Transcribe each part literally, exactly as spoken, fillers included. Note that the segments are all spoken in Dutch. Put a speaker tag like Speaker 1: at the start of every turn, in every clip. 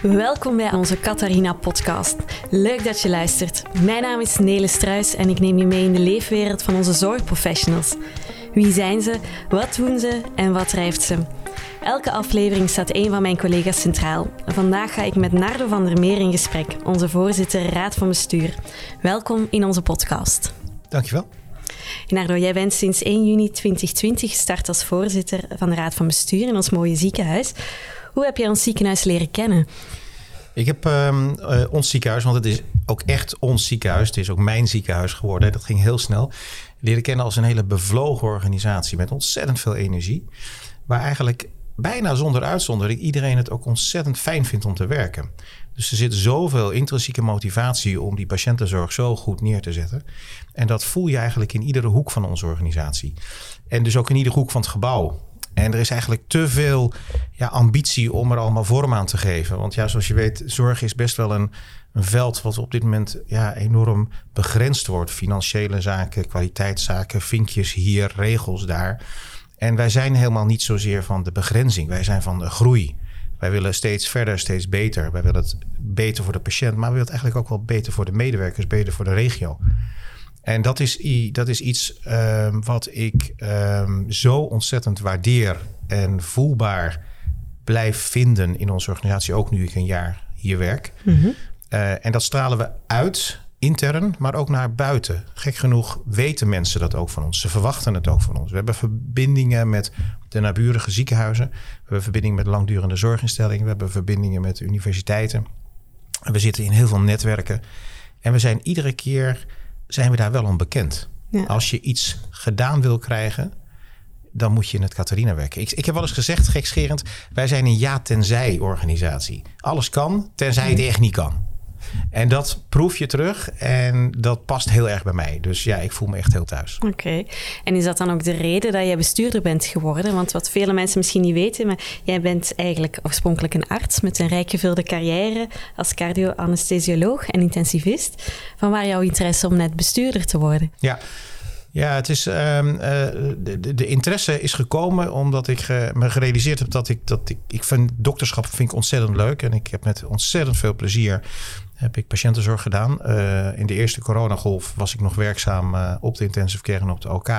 Speaker 1: Welkom bij onze Catharina-podcast. Leuk dat je luistert. Mijn naam is Nele Struijs en ik neem je mee in de leefwereld van onze zorgprofessionals. Wie zijn ze, wat doen ze en wat drijft ze? Elke aflevering staat een van mijn collega's centraal. Vandaag ga ik met Nardo van der Meer in gesprek, onze voorzitter Raad van Bestuur. Welkom in onze podcast.
Speaker 2: Dankjewel.
Speaker 1: Nardo, jij bent sinds één juni twintig twintig gestart als voorzitter van de Raad van Bestuur in ons mooie ziekenhuis. Hoe heb jij ons ziekenhuis leren kennen?
Speaker 2: Ik heb um, uh, ons ziekenhuis, want het is ook echt ons ziekenhuis. Het is ook mijn ziekenhuis geworden. Dat ging heel snel. Leren kennen als een hele bevlogen organisatie met ontzettend veel energie. Waar eigenlijk bijna zonder uitzondering iedereen het ook ontzettend fijn vindt om te werken. Dus er zit zoveel intrinsieke motivatie om die patiëntenzorg zo goed neer te zetten. En dat voel je eigenlijk in iedere hoek van onze organisatie. En dus ook in iedere hoek van het gebouw. En er is eigenlijk te veel ja, ambitie om er allemaal vorm aan te geven. Want ja, zoals je weet, zorg is best wel een, een veld wat op dit moment ja, enorm begrensd wordt. Financiële zaken, kwaliteitszaken, vinkjes hier, regels daar. En wij zijn helemaal niet zozeer van de begrenzing. Wij zijn van de groei. Wij willen steeds verder, steeds beter. Wij willen het beter voor de patiënt, maar we willen het eigenlijk ook wel beter voor de medewerkers, beter voor de regio. En dat is, dat is iets uh, wat ik uh, zo ontzettend waardeer en voelbaar blijf vinden in onze organisatie. Ook nu ik een jaar hier werk. Mm-hmm. Uh, en dat stralen we uit, intern, maar ook naar buiten. Gek genoeg weten mensen dat ook van ons. Ze verwachten het ook van ons. We hebben verbindingen met de naburige ziekenhuizen. We hebben verbindingen met langdurende zorginstellingen. We hebben verbindingen met universiteiten. We zitten in heel veel netwerken. En we zijn iedere keer... zijn we daar wel onbekend. Ja. Als je iets gedaan wil krijgen, dan moet je in het Catharina werken. Ik, ik heb wel eens gezegd, gekscherend, wij zijn een ja-tenzij organisatie. Alles kan, tenzij het echt niet kan. En dat proef je terug en dat past heel erg bij mij. Dus ja, ik voel me echt heel thuis.
Speaker 1: Oké. Okay. En is dat dan ook de reden dat jij bestuurder bent geworden? Want wat vele mensen misschien niet weten, maar jij bent eigenlijk oorspronkelijk een arts met een rijkgevulde carrière als cardio-anesthesioloog en intensivist. Vanwaar jouw interesse om net bestuurder te worden?
Speaker 2: Ja. Ja, het is, uh, uh, de, de interesse is gekomen omdat ik uh, me gerealiseerd heb dat ik... dat ik, ik vind dokterschap vind ik ontzettend leuk. En ik heb met ontzettend veel plezier heb ik patiëntenzorg gedaan. Uh, in de eerste coronagolf was ik nog werkzaam uh, op de intensive care en op de O K.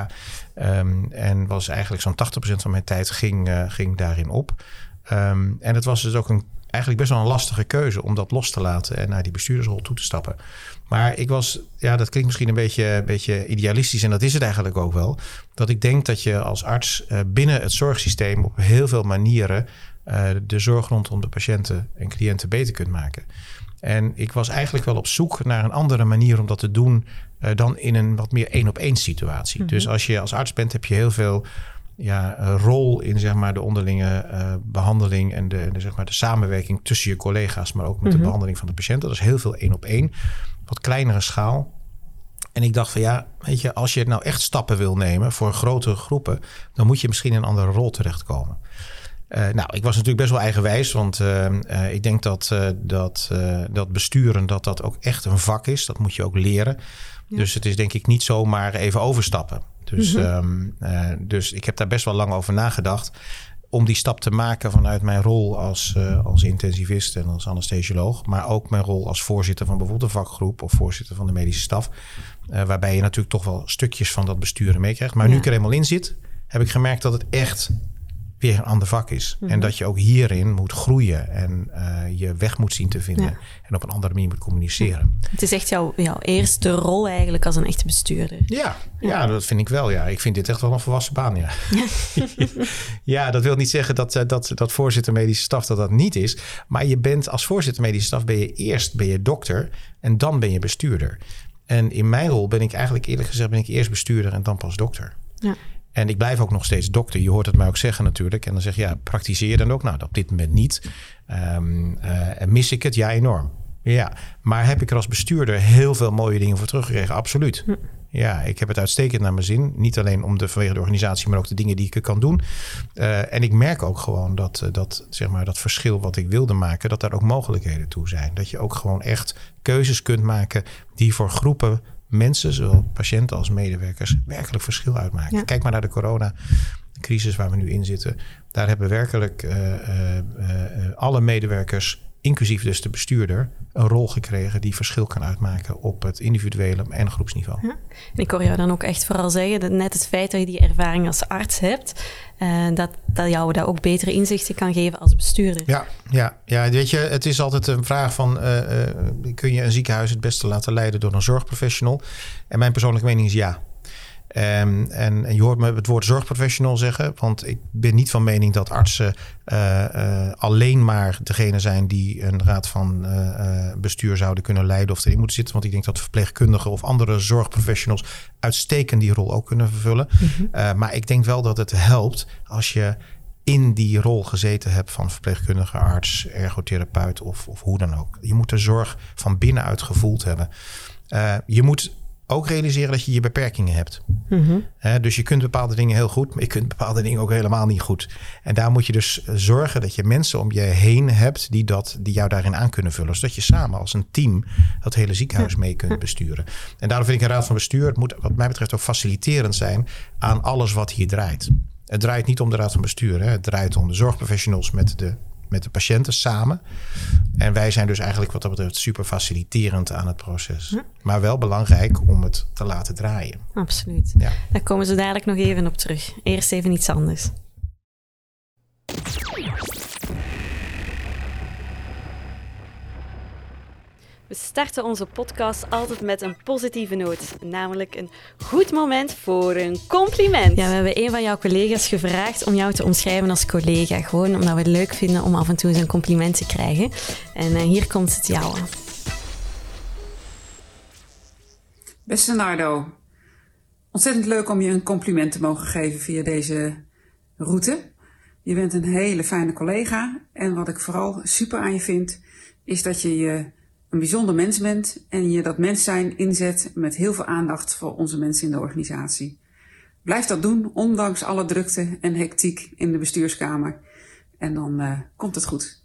Speaker 2: Um, en was eigenlijk zo'n tachtig procent van mijn tijd ging, uh, ging daarin op. Um, en het was dus ook een eigenlijk best wel een lastige keuze om dat los te laten en naar die bestuurdersrol toe te stappen. Maar ik was, ja, dat klinkt misschien een beetje, een beetje idealistisch en dat is het eigenlijk ook wel. Dat ik denk dat je als arts uh, binnen het zorgsysteem op heel veel manieren uh, de zorg rondom de patiënten en cliënten beter kunt maken. En ik was eigenlijk wel op zoek naar een andere manier om dat te doen uh, dan in een wat meer één op één situatie. Mm-hmm. Dus als je als arts bent, heb je heel veel ja, uh, rol in zeg maar, de onderlinge uh, behandeling en de, de, zeg maar, de samenwerking tussen je collega's, maar ook met mm-hmm. de behandeling van de patiënten. Dat is heel veel één op één, wat kleinere schaal. En ik dacht van ja, weet je, als je nou echt stappen wil nemen voor grotere groepen, dan moet je misschien in een andere rol terechtkomen. Uh, nou, ik was natuurlijk best wel eigenwijs, want uh, uh, ik denk dat, uh, dat, uh, dat besturen dat dat ook echt een vak is. Dat moet je ook leren. Ja. Dus het is denk ik niet zomaar even overstappen. Dus, mm-hmm. um, uh, dus ik heb daar best wel lang over nagedacht om die stap te maken vanuit mijn rol als, uh, als intensivist en als anesthesioloog. Maar ook mijn rol als voorzitter van bijvoorbeeld een vakgroep of voorzitter van de medische staf. Uh, waarbij je natuurlijk toch wel stukjes van dat besturen meekrijgt. Maar ja. nu ik er eenmaal in zit, heb ik gemerkt dat het echt weer een ander vak is. Mm-hmm. En dat je ook hierin moet groeien en uh, je weg moet zien te vinden. Ja. En op een andere manier moet communiceren.
Speaker 1: Het is echt jouw, jouw eerste rol eigenlijk als een echte bestuurder.
Speaker 2: Ja, ja, ja, dat vind ik wel. Ja. Ik vind dit echt wel een volwassen baan. Ja, ja. ja dat wil niet zeggen dat, dat, dat voorzitter medische staf dat dat niet is. Maar je bent als voorzitter medische staf ben je eerst ben je dokter en dan ben je bestuurder. En in mijn rol ben ik eigenlijk eerlijk gezegd ben ik eerst bestuurder en dan pas dokter. Ja. En ik blijf ook nog steeds dokter. Je hoort het mij ook zeggen natuurlijk. En dan zeg je, ja, praktiseer je dan ook? Nou, op dit moment niet. Um, uh, mis ik het? Ja, enorm. Ja, maar heb ik er als bestuurder heel veel mooie dingen voor teruggekregen? Absoluut. Hm. Ja, ik heb het uitstekend naar mijn zin. Niet alleen om de, vanwege de organisatie, maar ook de dingen die ik kan doen. Uh, en ik merk ook gewoon dat, uh, dat, zeg maar, dat verschil wat ik wilde maken, dat daar ook mogelijkheden toe zijn. Dat je ook gewoon echt keuzes kunt maken die voor groepen mensen, zowel patiënten als medewerkers, werkelijk verschil uitmaken. Ja. Kijk maar naar de coronacrisis waar we nu in zitten. Daar hebben werkelijk uh, uh, uh, alle medewerkers inclusief dus de bestuurder, een rol gekregen die verschil kan uitmaken op het individuele en groepsniveau. Ja.
Speaker 1: En ik hoor jou dan ook echt vooral zeggen dat net het feit dat je die ervaring als arts hebt, uh, dat, dat jou daar ook betere inzichten kan geven als bestuurder.
Speaker 2: Ja, ja, ja, weet je, het is altijd een vraag van, uh, uh, kun je een ziekenhuis het beste laten leiden door een zorgprofessional? En mijn persoonlijke mening is ja. Um, en, en je hoort me het woord zorgprofessional zeggen, want ik ben niet van mening dat artsen uh, uh, alleen maar degene zijn die een raad van uh, uh, bestuur zouden kunnen leiden of erin moeten zitten. Want ik denk dat verpleegkundigen of andere zorgprofessionals uitstekend die rol ook kunnen vervullen. Mm-hmm. Uh, maar ik denk wel dat het helpt als je in die rol gezeten hebt van verpleegkundige, arts, ergotherapeut of, of hoe dan ook. Je moet de zorg van binnenuit gevoeld hebben. Uh, je moet ook realiseren dat je je beperkingen hebt. Mm-hmm. He, dus je kunt bepaalde dingen heel goed, maar je kunt bepaalde dingen ook helemaal niet goed. En daar moet je dus zorgen dat je mensen om je heen hebt die, dat, die jou daarin aan kunnen vullen. Zodat je samen als een team dat hele ziekenhuis mee kunt besturen. En daarom vind ik een raad van bestuur, het moet wat mij betreft ook faciliterend zijn aan alles wat hier draait. Het draait niet om de raad van bestuur. Hè. Het draait om de zorgprofessionals met de met de patiënten samen. En wij zijn dus eigenlijk wat dat betreft super faciliterend aan het proces. Hm. Maar wel belangrijk om het te laten draaien.
Speaker 1: Absoluut. Ja. Daar komen ze dadelijk nog even op terug. Eerst even iets anders. We starten onze podcast altijd met een positieve noot. Namelijk een goed moment voor een compliment. Ja, we hebben een van jouw collega's gevraagd om jou te omschrijven als collega. Gewoon omdat we het leuk vinden om af en toe eens een compliment te krijgen. En uh, hier komt het jouwe.
Speaker 3: Beste Nardo, ontzettend leuk om je een compliment te mogen geven via deze route. Je bent een hele fijne collega. En wat ik vooral super aan je vind, is dat je je een bijzonder mens bent en je dat mens zijn inzet met heel veel aandacht voor onze mensen in de organisatie. Blijf dat doen, ondanks alle drukte en hectiek in de bestuurskamer. En dan uh, komt het goed.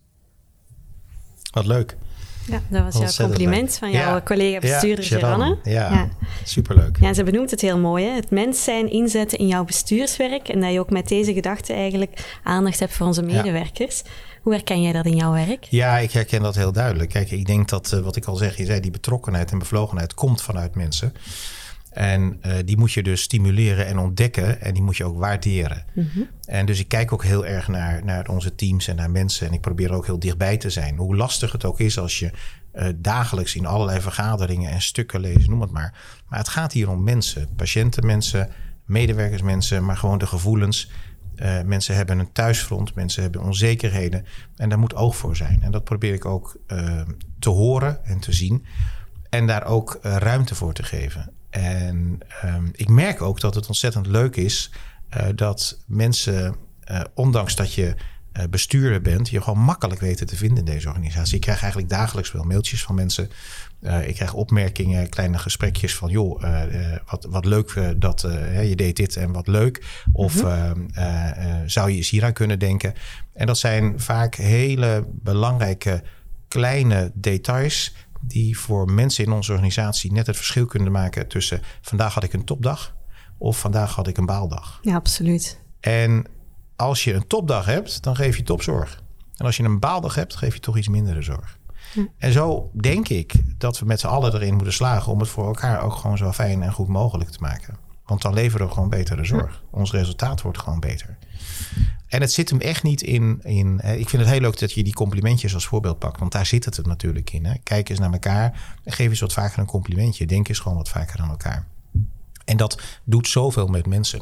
Speaker 2: Wat leuk.
Speaker 1: Ja, dat was jouw compliment leuk van jouw ja. collega bestuurder ja, Geranne.
Speaker 2: Ja, ja, superleuk.
Speaker 1: Ja, ze benoemt het heel mooi. Hè? Het mens zijn inzetten in jouw bestuurswerk en dat je ook met deze gedachte eigenlijk aandacht hebt voor onze medewerkers. Ja. Hoe herken jij dat in jouw werk?
Speaker 2: Ja, ik herken dat heel duidelijk. Kijk, ik denk dat, uh, wat ik al zeg, je zei, die betrokkenheid en bevlogenheid komt vanuit mensen. En uh, die moet je dus stimuleren en ontdekken en die moet je ook waarderen. Mm-hmm. En dus ik kijk ook heel erg naar, naar onze teams en naar mensen. En ik probeer ook heel dichtbij te zijn. Hoe lastig het ook is als je uh, dagelijks in allerlei vergaderingen en stukken leest, noem het maar. Maar het gaat hier om mensen. Patiënten, mensen, medewerkers, mensen, maar gewoon de gevoelens. Uh, mensen hebben een thuisfront, mensen hebben onzekerheden. En daar moet oog voor zijn. En dat probeer ik ook uh, te horen en te zien. En daar ook uh, ruimte voor te geven. En um, ik merk ook dat het ontzettend leuk is uh, dat mensen, uh, ondanks dat je uh, bestuurder bent, je gewoon makkelijk weten te vinden in deze organisatie. Ik krijg eigenlijk dagelijks wel mailtjes van mensen. Uh, ik krijg opmerkingen, kleine gesprekjes van joh, uh, uh, wat, wat leuk uh, dat uh, je deed dit en wat leuk. Of mm-hmm. uh, uh, uh, zou je eens hieraan kunnen denken? En dat zijn vaak hele belangrijke kleine details die voor mensen in onze organisatie net het verschil kunnen maken tussen vandaag had ik een topdag of vandaag had ik een baaldag.
Speaker 1: Ja, absoluut.
Speaker 2: En als je een topdag hebt, dan geef je topzorg. En als je een baaldag hebt, geef je toch iets mindere zorg. Hm. En zo denk ik dat we met z'n allen erin moeten slagen om het voor elkaar ook gewoon zo fijn en goed mogelijk te maken. Want dan leveren we gewoon betere zorg. Hm. Ons resultaat wordt gewoon beter. En het zit hem echt niet in, in... Ik vind het heel leuk dat je die complimentjes als voorbeeld pakt. Want daar zit het er natuurlijk in. Hè? Kijk eens naar elkaar en geef eens wat vaker een complimentje. Denk eens gewoon wat vaker aan elkaar. En dat doet zoveel met mensen.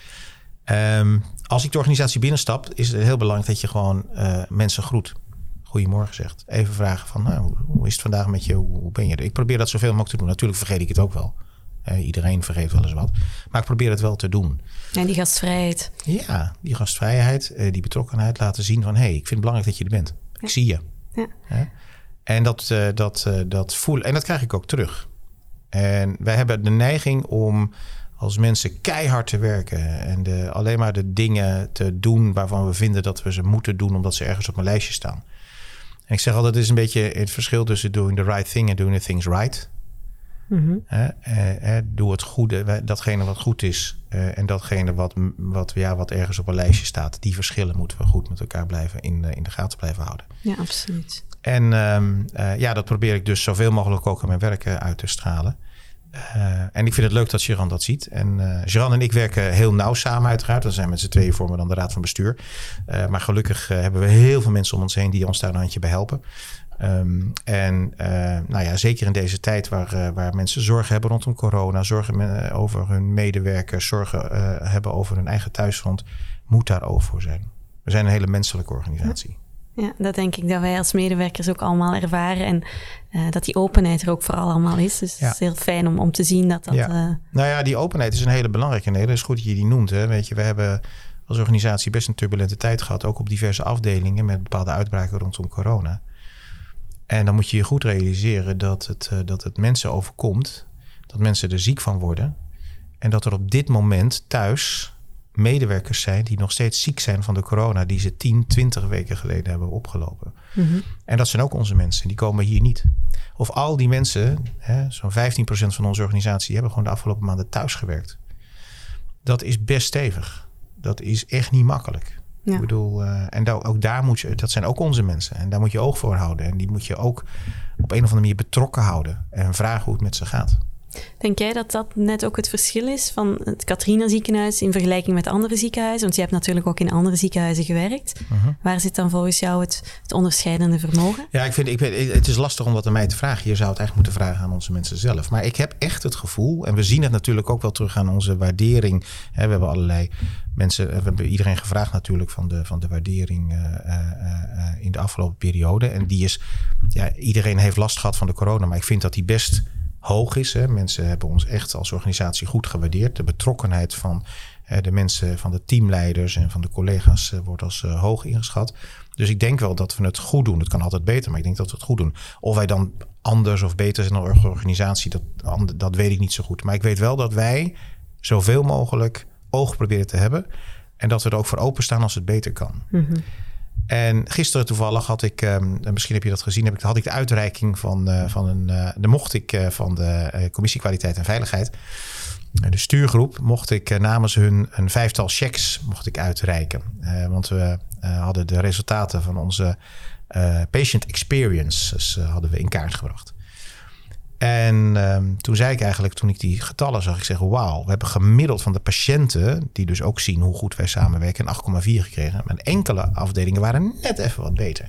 Speaker 2: Um, als ik de organisatie binnenstap, is het heel belangrijk dat je gewoon uh, mensen groet. Goedemorgen zegt. Even vragen van, nou, hoe is het vandaag met je? Hoe ben je er? Ik probeer dat zoveel mogelijk te doen. Natuurlijk vergeet ik het ook wel. Uh, iedereen vergeet wel eens wat. Maar ik probeer het wel te doen.
Speaker 1: En die gastvrijheid.
Speaker 2: Ja, die gastvrijheid, uh, die betrokkenheid laten zien van... hé, hey, ik vind het belangrijk dat je er bent. Ik ja. zie je. Ja. Ja? En dat, uh, dat, uh, dat voelen. En dat krijg ik ook terug. En wij hebben de neiging om als mensen keihard te werken... en de, alleen maar de dingen te doen waarvan we vinden dat we ze moeten doen... omdat ze ergens op een lijstje staan. En ik zeg altijd, het is een beetje het verschil tussen doing the right thing... en doing the things right... Mm-hmm. Uh, uh, uh, doe het goede, datgene wat goed is uh, en datgene wat, wat, ja, wat ergens op een lijstje staat. Die verschillen moeten we goed met elkaar blijven in, uh, in de gaten blijven houden.
Speaker 1: Ja, absoluut.
Speaker 2: En um, uh, ja, dat probeer ik dus zoveel mogelijk ook in mijn werk uh, uit te stralen. Uh, en ik vind het leuk dat Geran dat ziet. En uh, Geran en ik werken heel nauw samen uiteraard. We zijn met z'n tweeën vormen dan de Raad van Bestuur. Uh, maar gelukkig uh, hebben we heel veel mensen om ons heen die ons daar een handje bij helpen. Um, en uh, nou ja, zeker in deze tijd waar, uh, waar mensen zorgen hebben rondom corona, zorgen uh, over hun medewerkers, zorgen uh, hebben over hun eigen thuisfront, moet daar oog voor zijn. We zijn een hele menselijke organisatie.
Speaker 1: Ja, dat denk ik dat wij als medewerkers ook allemaal ervaren. En uh, dat die openheid er ook vooral allemaal is. Dus ja. Het is heel fijn om, om te zien dat dat...
Speaker 2: Ja.
Speaker 1: Uh...
Speaker 2: Nou ja, die openheid is een hele belangrijke. Nee, dat is goed dat je die noemt. Hè. Weet je, we hebben als organisatie best een turbulente tijd gehad. Ook op diverse afdelingen met bepaalde uitbraken rondom corona. En dan moet je je goed realiseren dat het, uh, dat het mensen overkomt. Dat mensen er ziek van worden. En dat er op dit moment thuis medewerkers zijn die nog steeds ziek zijn van de corona, die ze tien, twintig weken geleden hebben opgelopen. Mm-hmm. En dat zijn ook onze mensen, die komen hier niet. Of al die mensen, hè, zo'n vijftien procent van onze organisatie, hebben gewoon de afgelopen maanden thuis gewerkt. Dat is best stevig. Dat is echt niet makkelijk. Ja. Ik bedoel, uh, en da- ook daar moet je, dat zijn ook onze mensen. En daar moet je oog voor houden. En die moet je ook op een of andere manier betrokken houden. En vragen hoe het met ze gaat.
Speaker 1: Denk jij dat dat net ook het verschil is van het Catharina ziekenhuis in vergelijking met andere ziekenhuizen? Want je hebt natuurlijk ook in andere ziekenhuizen gewerkt. Uh-huh. Waar zit dan volgens jou het, het onderscheidende vermogen?
Speaker 2: Ja, ik vind, ik weet, het is lastig om dat aan mij te vragen. Je zou het eigenlijk moeten vragen aan onze mensen zelf. Maar ik heb echt het gevoel, en we zien het natuurlijk ook wel terug aan onze waardering. We hebben allerlei mensen, we hebben iedereen gevraagd natuurlijk van de, van de waardering uh, uh, uh, in de afgelopen periode. En die is, ja, iedereen heeft last gehad van de corona, maar ik vind dat die best hoog is. Hè. Mensen hebben ons echt als organisatie goed gewaardeerd. De betrokkenheid van hè, de mensen, van de teamleiders en van de collega's uh, wordt als uh, hoog ingeschat. Dus ik denk wel dat we het goed doen. Het kan altijd beter, maar ik denk dat we het goed doen. Of wij dan anders of beter zijn dan een organisatie, dat, dat weet ik niet zo goed. Maar ik weet wel dat wij zoveel mogelijk oog proberen te hebben. En dat we er ook voor openstaan als het beter kan. Mm-hmm. En gisteren toevallig had ik, um, misschien heb je dat gezien, heb ik, had ik de uitreiking van, uh, van een, uh, de mocht ik uh, van de uh, Commissie Kwaliteit en Veiligheid, uh, de stuurgroep, mocht ik uh, namens hun een vijftal checks mocht ik uitreiken. Uh, want we uh, hadden de resultaten van onze uh, patient experiences uh, hadden we in kaart gebracht. En um, toen zei ik eigenlijk, toen ik die getallen zag, ik zeg, wauw, we hebben gemiddeld van de patiënten, die dus ook zien hoe goed wij samenwerken, een acht komma vier gekregen. Maar enkele afdelingen waren net even wat beter.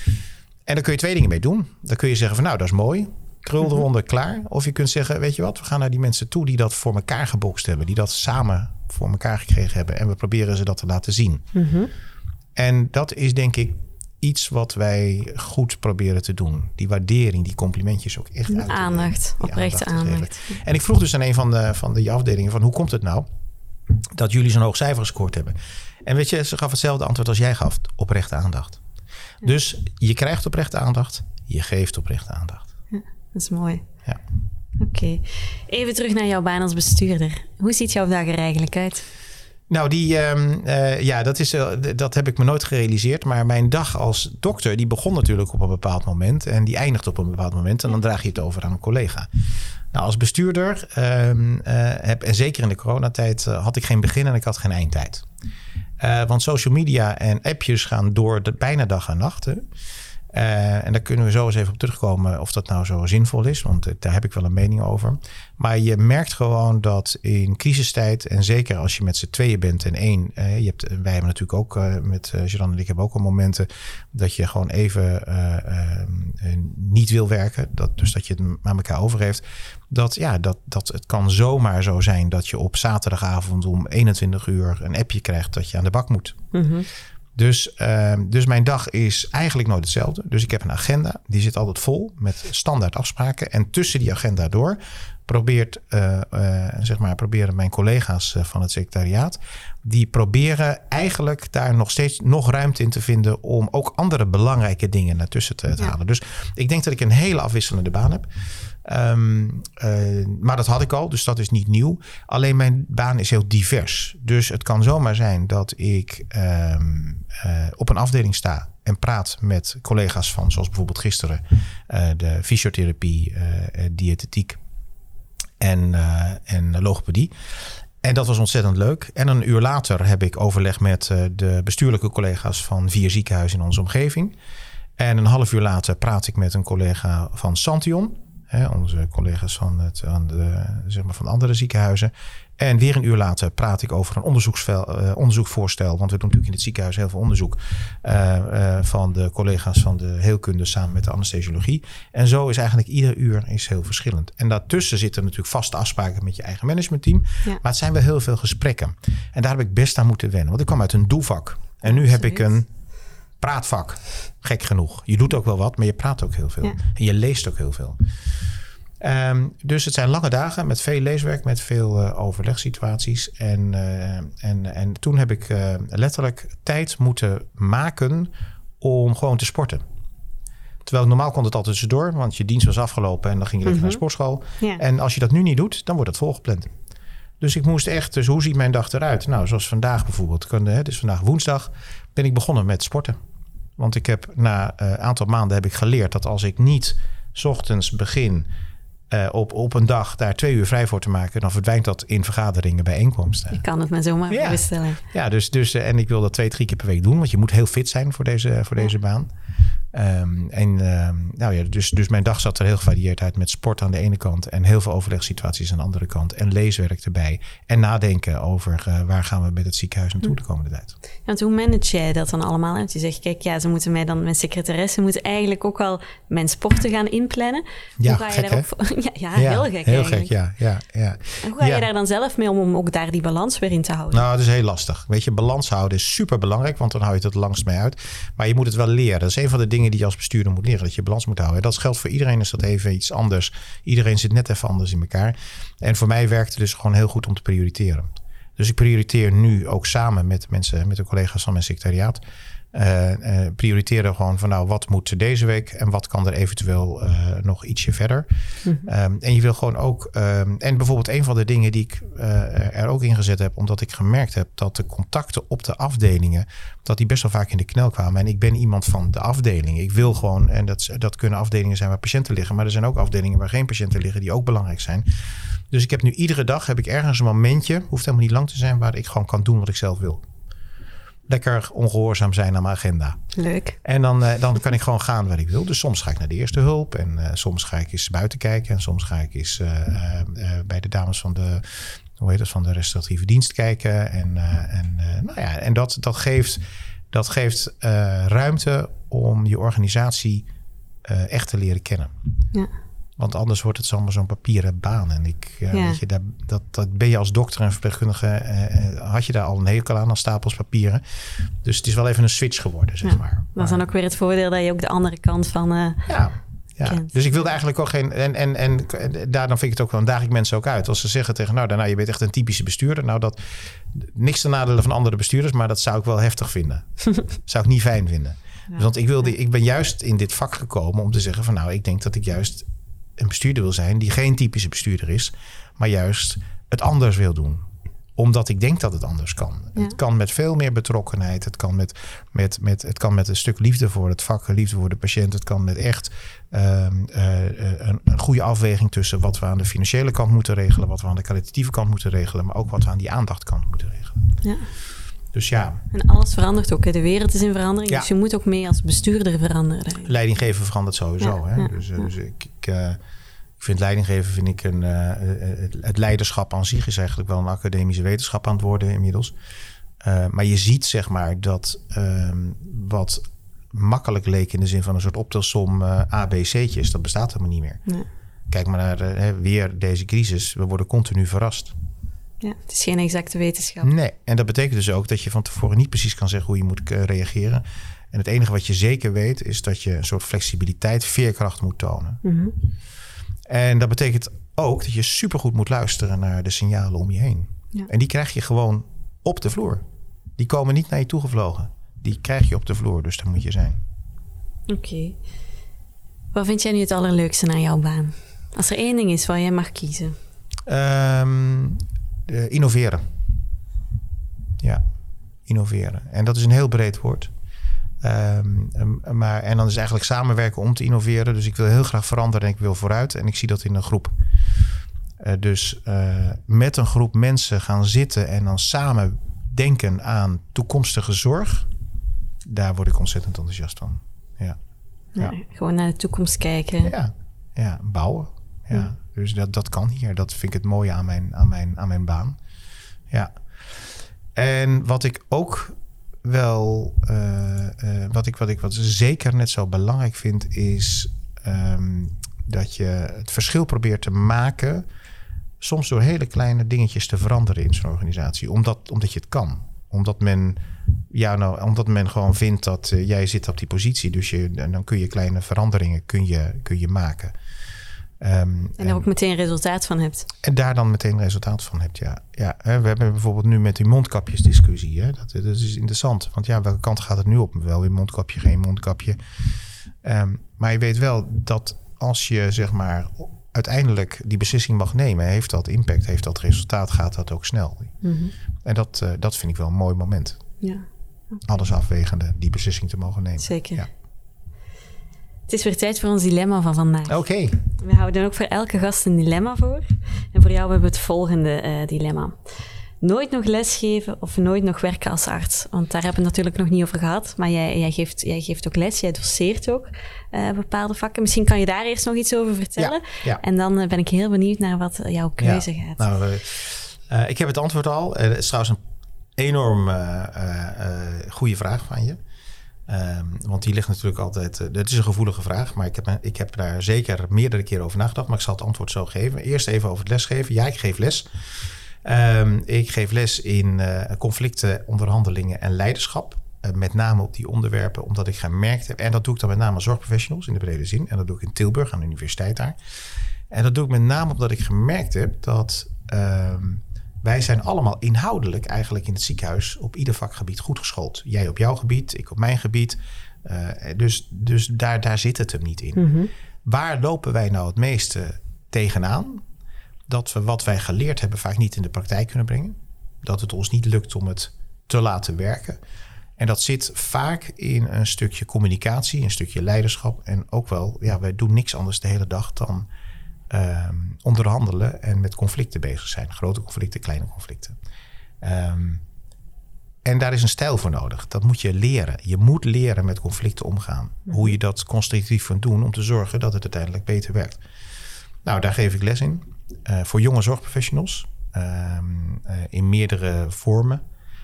Speaker 2: En daar kun je twee dingen mee doen. Dan kun je zeggen van, nou, dat is mooi. Krul eronder, klaar. Of je kunt zeggen, weet je wat, we gaan naar die mensen toe die dat voor elkaar gebokst hebben. Die dat samen voor elkaar gekregen hebben. En we proberen ze dat te laten zien. Mm-hmm. En dat is denk ik iets wat wij goed proberen te doen. Die waardering, die complimentjes ook echt uit.
Speaker 1: Aandacht, oprechte aandacht. aandacht.
Speaker 2: En ik vroeg dus aan een van de, van die afdelingen van hoe komt het nou dat jullie zo'n hoog cijfer gescoord hebben? En weet je, ze gaf hetzelfde antwoord als jij gaf. Oprechte aandacht. Ja. Dus je krijgt oprechte aandacht, je geeft oprechte aandacht.
Speaker 1: Ja, dat is mooi.
Speaker 2: Ja.
Speaker 1: Oké. Okay. Even terug naar jouw baan als bestuurder. Hoe ziet jouw dag er eigenlijk uit?
Speaker 2: Nou, die, um, uh, ja, dat, is, uh, dat heb ik me nooit gerealiseerd. Maar mijn dag als dokter, die begon natuurlijk op een bepaald moment. En die eindigt op een bepaald moment. En dan draag je het over aan een collega. Nou, als bestuurder, um, uh, heb, en zeker in de coronatijd, uh, had ik geen begin en ik had geen eindtijd. Uh, want social media en appjes gaan door de, bijna dag en nacht. Hè. Uh, en daar kunnen we zo eens even op terugkomen of dat nou zo zinvol is. Want daar heb ik wel een mening over. Maar je merkt gewoon dat in crisistijd, en zeker als je met z'n tweeën bent en één. Uh, je hebt, wij hebben natuurlijk ook, uh, met uh, Geran en ik hebben ook al momenten dat je gewoon even uh, uh, niet wil werken. Dat, dus dat je het aan elkaar over heeft. Dat, ja, dat, dat het kan zomaar zo zijn dat je op zaterdagavond om eenentwintig uur een appje krijgt dat je aan de bak moet. Mm-hmm. Dus, uh, dus mijn dag is eigenlijk nooit hetzelfde. Dus ik heb een agenda, die zit altijd vol met standaard afspraken. En tussen die agenda door probeert, uh, uh, zeg maar, proberen mijn collega's uh, van het secretariaat, die proberen eigenlijk daar nog steeds nog ruimte in te vinden om ook andere belangrijke dingen naartussen te, te ja. halen. Dus ik denk dat ik een hele afwisselende baan heb. Um, uh, maar dat had ik al, dus dat is niet nieuw. Alleen mijn baan is heel divers. Dus het kan zomaar zijn dat ik um, uh, op een afdeling sta en praat met collega's van, zoals bijvoorbeeld gisteren, uh, de fysiotherapie, uh, diëtetiek en, uh, en logopedie. En dat was ontzettend leuk. En een uur later heb ik overleg met uh, de bestuurlijke collega's van vier ziekenhuizen in onze omgeving. En een half uur later praat ik met een collega van Santion. Hè, onze collega's van het aan de, zeg maar van andere ziekenhuizen. En weer een uur later praat ik over een onderzoeksvel, uh, onderzoekvoorstel. Want we doen natuurlijk in het ziekenhuis heel veel onderzoek. Uh, uh, van de collega's van de heelkunde samen met de anesthesiologie. En zo is eigenlijk ieder uur is heel verschillend. En daartussen zitten natuurlijk vaste afspraken met je eigen managementteam. Ja. Maar het zijn wel heel veel gesprekken. En daar heb ik best aan moeten wennen. Want ik kwam uit een doevak. En nu Absoluut. heb ik een praatvak. Gek genoeg. Je doet ook wel wat, maar je praat ook heel veel. Ja. En je leest ook heel veel. Um, dus het zijn lange dagen met veel leeswerk, met veel uh, overlegssituaties. En, uh, en, en toen heb ik uh, letterlijk tijd moeten maken om gewoon te sporten. Terwijl normaal kon het altijd tussendoor, want je dienst was afgelopen en dan ging je even mm-hmm. naar de sportschool. Ja. En als je dat nu niet doet, dan wordt het volgepland. Dus ik moest echt, dus hoe ziet mijn dag eruit? Nou, zoals vandaag bijvoorbeeld. Het is vandaag woensdag, ben ik begonnen met sporten. Want ik heb na een uh, aantal maanden heb ik geleerd dat als ik niet 's ochtends begin uh, op, op een dag daar twee uur vrij voor te maken, dan verdwijnt dat in vergaderingen, bijeenkomsten.
Speaker 1: Je kan het me zomaar ja. voorstellen.
Speaker 2: Ja, dus, dus, uh, en ik wil dat twee, drie keer per week doen, want je moet heel fit zijn voor deze, voor ja. deze baan. Um, en uh, nou ja, dus, dus mijn dag zat er heel gevarieerd uit met sport aan de ene kant en heel veel overlegssituaties aan de andere kant en leeswerk erbij en nadenken over uh, waar gaan we met het ziekenhuis naartoe de komende tijd.
Speaker 1: Ja, want hoe manage jij dat dan allemaal? Want je zegt, kijk, ja, ze moeten mij dan, mijn secretaresse moet eigenlijk ook al mijn sporten gaan inplannen.
Speaker 2: Ja,
Speaker 1: hoe ga
Speaker 2: gek,
Speaker 1: je daarop? ja, ja,
Speaker 2: ja,
Speaker 1: heel gek
Speaker 2: heel
Speaker 1: eigenlijk.
Speaker 2: gek, ja, ja, ja.
Speaker 1: En hoe ga
Speaker 2: ja.
Speaker 1: je daar dan zelf mee om om ook daar die balans weer in te houden?
Speaker 2: Nou, dat is heel lastig. Weet je, balans houden is super belangrijk, want dan hou je het het langst mee uit. Maar je moet het wel leren. Dat is een van de dingen die je als bestuurder moet leren, dat je balans moet houden. En dat geldt voor iedereen, is dat even iets anders. Iedereen zit net even anders in elkaar. En voor mij werkt het dus gewoon heel goed om te prioriteren. Dus ik prioriteer nu ook samen met mensen, met de collega's van mijn secretariaat. Uh, uh, prioriteren gewoon van nou, wat moet deze week en wat kan er eventueel uh, nog ietsje verder. Mm-hmm. Um, en je wil gewoon ook, um, en bijvoorbeeld een van de dingen die ik uh, er ook in gezet heb, omdat ik gemerkt heb dat de contacten op de afdelingen, dat die best wel vaak in de knel kwamen. En ik ben iemand van de afdeling. Ik wil gewoon, en dat, dat kunnen afdelingen zijn waar patiënten liggen, maar er zijn ook afdelingen waar geen patiënten liggen die ook belangrijk zijn. Dus ik heb nu iedere dag heb ik ergens een momentje, hoeft helemaal niet lang te zijn, waar ik gewoon kan doen wat ik zelf wil. Lekker ongehoorzaam zijn aan mijn agenda.
Speaker 1: Leuk.
Speaker 2: En dan, uh, dan kan ik gewoon gaan waar ik wil. Dus soms ga ik naar de eerste hulp. En uh, soms ga ik eens buiten kijken. En soms ga ik eens uh, uh, uh, bij de dames van de, hoe heet het, van de restauratieve dienst kijken. En, uh, en, uh, nou ja, en dat, dat geeft, dat geeft uh, ruimte om je organisatie uh, echt te leren kennen. Ja. Want anders wordt het zomaar zo'n papieren baan. En ik, uh, ja. weet je, daar, dat, dat ben je als dokter en verpleegkundige, uh, had je daar al een hekel aan als stapels papieren. Dus het is wel even een switch geworden, zeg ja. maar.
Speaker 1: Dat is dan ook weer het voordeel dat je ook de andere kant van uh,
Speaker 2: ja. Ja, dus ik wilde eigenlijk ook geen. En, en, en daar dan vind ik het ook, dan daag ik mensen ook uit. Als ze zeggen tegen nou, nou je bent echt een typische bestuurder. Nou, dat niks ten nadele van andere bestuurders, maar dat zou ik wel heftig vinden. Zou ik niet fijn vinden. Ja. Dus want ik wilde, ik ben juist in dit vak gekomen om te zeggen van nou, ik denk dat ik juist een bestuurder wil zijn die geen typische bestuurder is, maar juist het anders wil doen. Omdat ik denk dat het anders kan. Ja. Het kan met veel meer betrokkenheid. Het kan met, met, met, het kan met een stuk liefde voor het vak, liefde voor de patiënt. Het kan met echt uh, uh, een, een goede afweging tussen wat we aan de financiële kant moeten regelen, wat we aan de kwalitatieve kant moeten regelen, maar ook wat we aan die aandachtkant moeten regelen. Ja. Dus ja.
Speaker 1: En alles verandert ook. Hè? De wereld is in verandering. Ja. Dus je moet ook mee als bestuurder veranderen.
Speaker 2: Leidinggeven verandert sowieso. Ja, hè? Ja, dus, ja. dus ik... ik uh, Ik vind leidinggeven, vind ik een, uh, het, het leiderschap aan zich is eigenlijk wel een academische wetenschap aan het worden inmiddels. Uh, maar je ziet zeg maar dat uh, wat makkelijk leek in de zin van een soort optelsom uh, A B C'tjes, dat bestaat helemaal niet meer. Nee. Kijk maar naar uh, weer deze crisis. We worden continu verrast.
Speaker 1: Ja, het is geen exacte wetenschap.
Speaker 2: Nee, en dat betekent dus ook dat je van tevoren niet precies kan zeggen hoe je moet uh, reageren. En het enige wat je zeker weet is dat je een soort flexibiliteit, veerkracht moet tonen. Mm-hmm. En dat betekent ook dat je supergoed moet luisteren naar de signalen om je heen. Ja. En die krijg je gewoon op de vloer. Die komen niet naar je toe gevlogen. Die krijg je op de vloer, dus daar moet je zijn.
Speaker 1: Oké. Okay. Wat vind jij nu het allerleukste aan jouw baan? Als er één ding is waar jij mag kiezen.
Speaker 2: Um, uh, innoveren. Ja, innoveren. En dat is een heel breed woord. Um, um, maar, en dan is eigenlijk samenwerken om te innoveren. Dus ik wil heel graag veranderen en ik wil vooruit. En ik zie dat in een groep. Uh, dus uh, met een groep mensen gaan zitten en dan samen denken aan toekomstige zorg. Daar word ik ontzettend enthousiast van. Ja.
Speaker 1: Ja, ja. Gewoon naar de toekomst kijken.
Speaker 2: Ja, ja bouwen. Ja. Ja. Dus dat, dat kan hier. Dat vind ik het mooie aan mijn, aan mijn, aan mijn baan. Ja. En wat ik ook wel... Uh, uh, wat, ik, wat ik wat zeker net zo belangrijk vind... is um, dat je het verschil probeert te maken... soms door hele kleine dingetjes te veranderen in zo'n organisatie. Omdat, omdat je het kan. Omdat men, ja, nou, omdat men gewoon vindt dat uh, jij zit op die positie. Dus je, dan kun je kleine veranderingen kun je, kun je maken. Um,
Speaker 1: en daar en, ook meteen resultaat van hebt.
Speaker 2: En daar dan meteen resultaat van hebt, ja. ja hè, we hebben bijvoorbeeld nu met die mondkapjesdiscussie. Hè, dat, dat is interessant. Want ja, welke kant gaat het nu op? Wel weer mondkapje, geen mondkapje. Um, maar je weet wel dat als je zeg maar... uiteindelijk die beslissing mag nemen... heeft dat impact, heeft dat resultaat, gaat dat ook snel. Mm-hmm. En dat, uh, dat vind ik wel een mooi moment.
Speaker 1: Ja. Okay.
Speaker 2: Alles afwegende, die beslissing te mogen nemen.
Speaker 1: Zeker.
Speaker 2: Ja.
Speaker 1: Het is weer tijd voor ons dilemma van vandaag.
Speaker 2: Oké. Okay.
Speaker 1: We houden ook voor elke gast een dilemma voor. En voor jou hebben we het volgende uh, dilemma. Nooit nog lesgeven of nooit nog werken als arts? Want daar hebben we het natuurlijk nog niet over gehad. Maar jij, jij, geeft, jij geeft ook les, jij doseert ook uh, bepaalde vakken. Misschien kan je daar eerst nog iets over vertellen. Ja, ja. En dan uh, ben ik heel benieuwd naar wat jouw keuze ja, gaat.
Speaker 2: Nou, uh, uh, ik heb het antwoord al. Uh, het is trouwens een enorm uh, uh, goede vraag van je. Um, want die ligt natuurlijk altijd... Uh, het is een gevoelige vraag, maar ik heb, ik heb daar zeker meerdere keren over nagedacht. Maar ik zal het antwoord zo geven. Eerst even over het lesgeven. Ja, ik geef les. Um, ik geef les in uh, conflicten, onderhandelingen en leiderschap. Uh, met name op die onderwerpen, omdat ik gemerkt heb... en dat doe ik dan met name zorgprofessionals in de brede zin. En dat doe ik in Tilburg aan de universiteit daar. En dat doe ik met name omdat ik gemerkt heb dat... Um, wij zijn allemaal inhoudelijk eigenlijk in het ziekenhuis... op ieder vakgebied goed geschoold. Jij op jouw gebied, ik op mijn gebied. Uh, dus dus daar, daar zit het hem niet in. Mm-hmm. Waar lopen wij nou het meeste tegenaan? Dat we wat wij geleerd hebben vaak niet in de praktijk kunnen brengen. Dat het ons niet lukt om het te laten werken. En dat zit vaak in een stukje communicatie, een stukje leiderschap. En ook wel, ja, wij doen niks anders de hele dag dan um, onderhandelen en met conflicten bezig zijn. Grote conflicten, kleine conflicten. Um, en daar is een stijl voor nodig. Dat moet je leren. Je moet leren met conflicten omgaan. Hoe je dat constructief kunt doen om te zorgen dat het uiteindelijk beter werkt. Nou, daar geef ik les in. Uh, voor jonge zorgprofessionals. Um, uh, in meerdere vormen.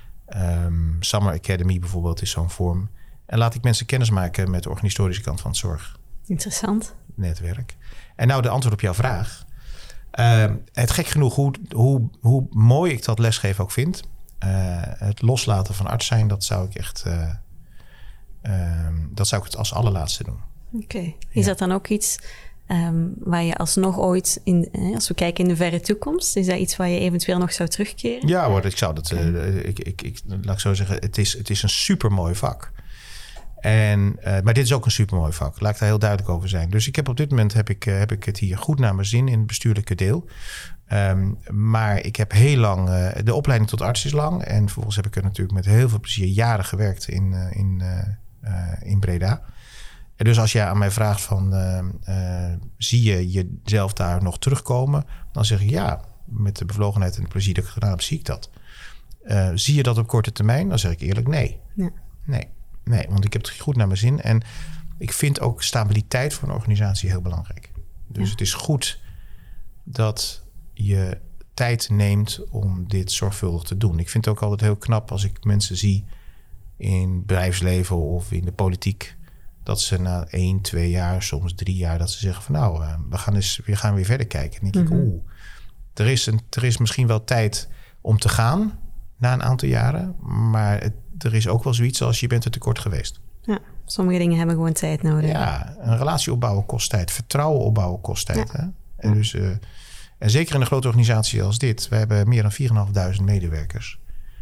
Speaker 2: Um, Summer Academy bijvoorbeeld is zo'n vorm. En laat ik mensen kennis maken met de organisatorische kant van het zorg.
Speaker 1: Interessant.
Speaker 2: Netwerk. En nou de antwoord op jouw vraag. Uh, het gek genoeg, hoe, hoe, hoe mooi ik dat lesgeven ook vind. Uh, het loslaten van arts zijn, dat zou ik echt... Uh, uh, dat zou ik het als allerlaatste doen.
Speaker 1: Oké. Okay. Is ja. dat dan ook iets... Um, waar je alsnog ooit, in, eh, als we kijken in de verre toekomst... is dat iets waar je eventueel nog zou terugkeren?
Speaker 2: Ja hoor, ik zou dat... Okay. Uh, ik, ik, ik, laat ik zo zeggen, het is, het is een supermooi vak. En, uh, maar dit is ook een supermooi vak. Laat ik daar heel duidelijk over zijn. Dus ik heb op dit moment heb ik, uh, heb ik het hier goed naar mijn zin in het bestuurlijke deel. Um, maar ik heb heel lang... Uh, de opleiding tot arts is lang. En vervolgens heb ik er natuurlijk met heel veel plezier jaren gewerkt in, uh, in, uh, uh, in Breda. En dus als je aan mij vraagt van... Uh, uh, zie je jezelf daar nog terugkomen? Dan zeg ik ja, met de bevlogenheid en het plezier dat ik gedaan heb, zie ik dat. Uh, zie je dat op korte termijn? Dan zeg ik eerlijk nee.
Speaker 1: Ja.
Speaker 2: Nee, nee, want ik heb het goed naar mijn zin. En ik vind ook stabiliteit voor een organisatie heel belangrijk. Dus ja. Het is goed dat je tijd neemt om dit zorgvuldig te doen. Ik vind het ook altijd heel knap als ik mensen zie in het bedrijfsleven of in de politiek... dat ze na één, twee jaar, soms drie jaar... dat ze zeggen van nou, we gaan, eens, we gaan weer verder kijken. En dan denk mm-hmm. ik, oeh, er is, een, er is misschien wel tijd om te gaan... na een aantal jaren. Maar het, er is ook wel zoiets als je bent er tekort geweest.
Speaker 1: Ja, sommige dingen hebben gewoon tijd nodig.
Speaker 2: Ja, een relatie opbouwen kost tijd. Vertrouwen opbouwen kost tijd. Ja. Hè? En,
Speaker 1: ja.
Speaker 2: dus, uh, en zeker in een grote organisatie als dit... we hebben meer dan vier en een half duizend medewerkers...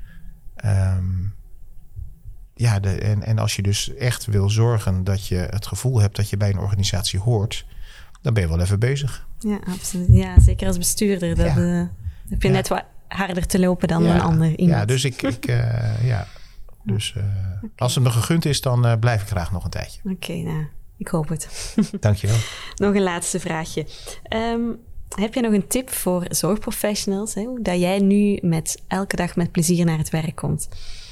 Speaker 2: Um, Ja, de, en, en als je dus echt wil zorgen dat je het gevoel hebt... dat je bij een organisatie hoort, dan ben je wel even bezig.
Speaker 1: Ja, absoluut. Ja, zeker als bestuurder. Dat ja. uh, heb je ja. net wat harder te lopen dan ja. een ander iemand.
Speaker 2: Ja, dus ik... ik uh, ja, dus uh, okay. Als het me gegund is, dan uh, blijf ik graag nog een tijdje.
Speaker 1: Oké, okay, nou, ik hoop het.
Speaker 2: Dankjewel.
Speaker 1: Nog een laatste vraagje. Um, heb je nog een tip voor zorgprofessionals... Hè, dat jij nu met elke dag met plezier naar het werk komt?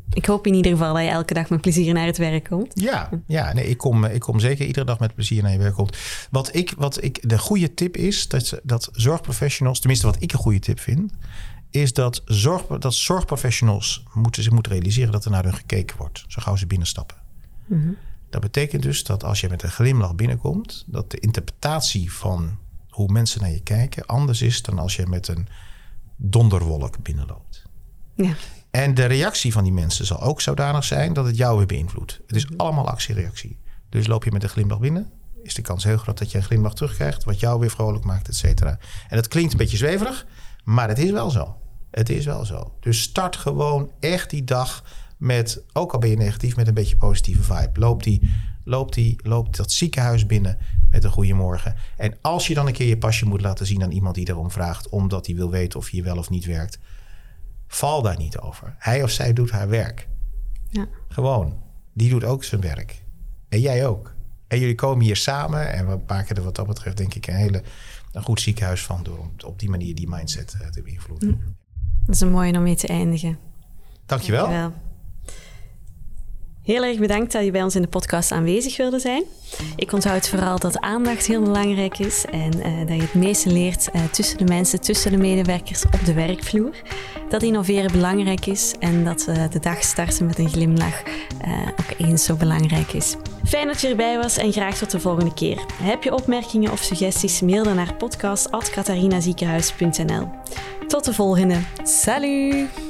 Speaker 1: Ik hoop in ieder geval dat je elke dag met plezier naar het werk komt.
Speaker 2: Ja, ja nee, ik, kom, ik kom zeker iedere dag met plezier naar je werk komt. Wat ik, wat ik, de goede tip is dat, dat zorgprofessionals, tenminste wat ik een goede tip vind, is dat, zorg, dat zorgprofessionals moeten zich moeten realiseren dat er naar hun gekeken wordt, zo gauw ze binnenstappen. Mm-hmm. Dat betekent dus dat als je met een glimlach binnenkomt, dat de interpretatie van hoe mensen naar je kijken anders is dan als je met een donderwolk binnenloopt.
Speaker 1: Ja.
Speaker 2: En de reactie van die mensen zal ook zodanig zijn dat het jou weer beïnvloedt. Het is allemaal actie-reactie. Dus loop je met een glimlach binnen, is de kans heel groot dat je een glimlach terugkrijgt, wat jou weer vrolijk maakt, et cetera. En dat klinkt een beetje zweverig, maar het is wel zo. Het is wel zo. Dus start gewoon echt die dag met, ook al ben je negatief, met een beetje positieve vibe. Loop, die, loop, die, loop dat ziekenhuis binnen met een goede morgen. En als je dan een keer je pasje moet laten zien aan iemand die erom vraagt, omdat hij wil weten of je wel of niet werkt, val daar niet over. Hij of zij doet haar werk.
Speaker 1: Ja.
Speaker 2: Gewoon. Die doet ook zijn werk. En jij ook. En jullie komen hier samen en we maken er wat dat betreft denk ik een hele een goed ziekenhuis van door om op die manier die mindset te beïnvloeden.
Speaker 1: Mm. Dat is een mooie om mee te eindigen.
Speaker 2: Dankjewel.
Speaker 1: Dankjewel. Heel erg bedankt dat je bij ons in de podcast aanwezig wilde zijn. Ik onthoud vooral dat aandacht heel belangrijk is en uh, dat je het meeste leert uh, tussen de mensen, tussen de medewerkers op de werkvloer. Dat innoveren belangrijk is en dat uh, de dag starten met een glimlach uh, ook eens zo belangrijk is. Fijn dat je erbij was en graag tot de volgende keer. Heb je opmerkingen of suggesties, mail dan naar podcast apenstaartje catharinaziekenhuis punt n l. Tot de volgende. Salut!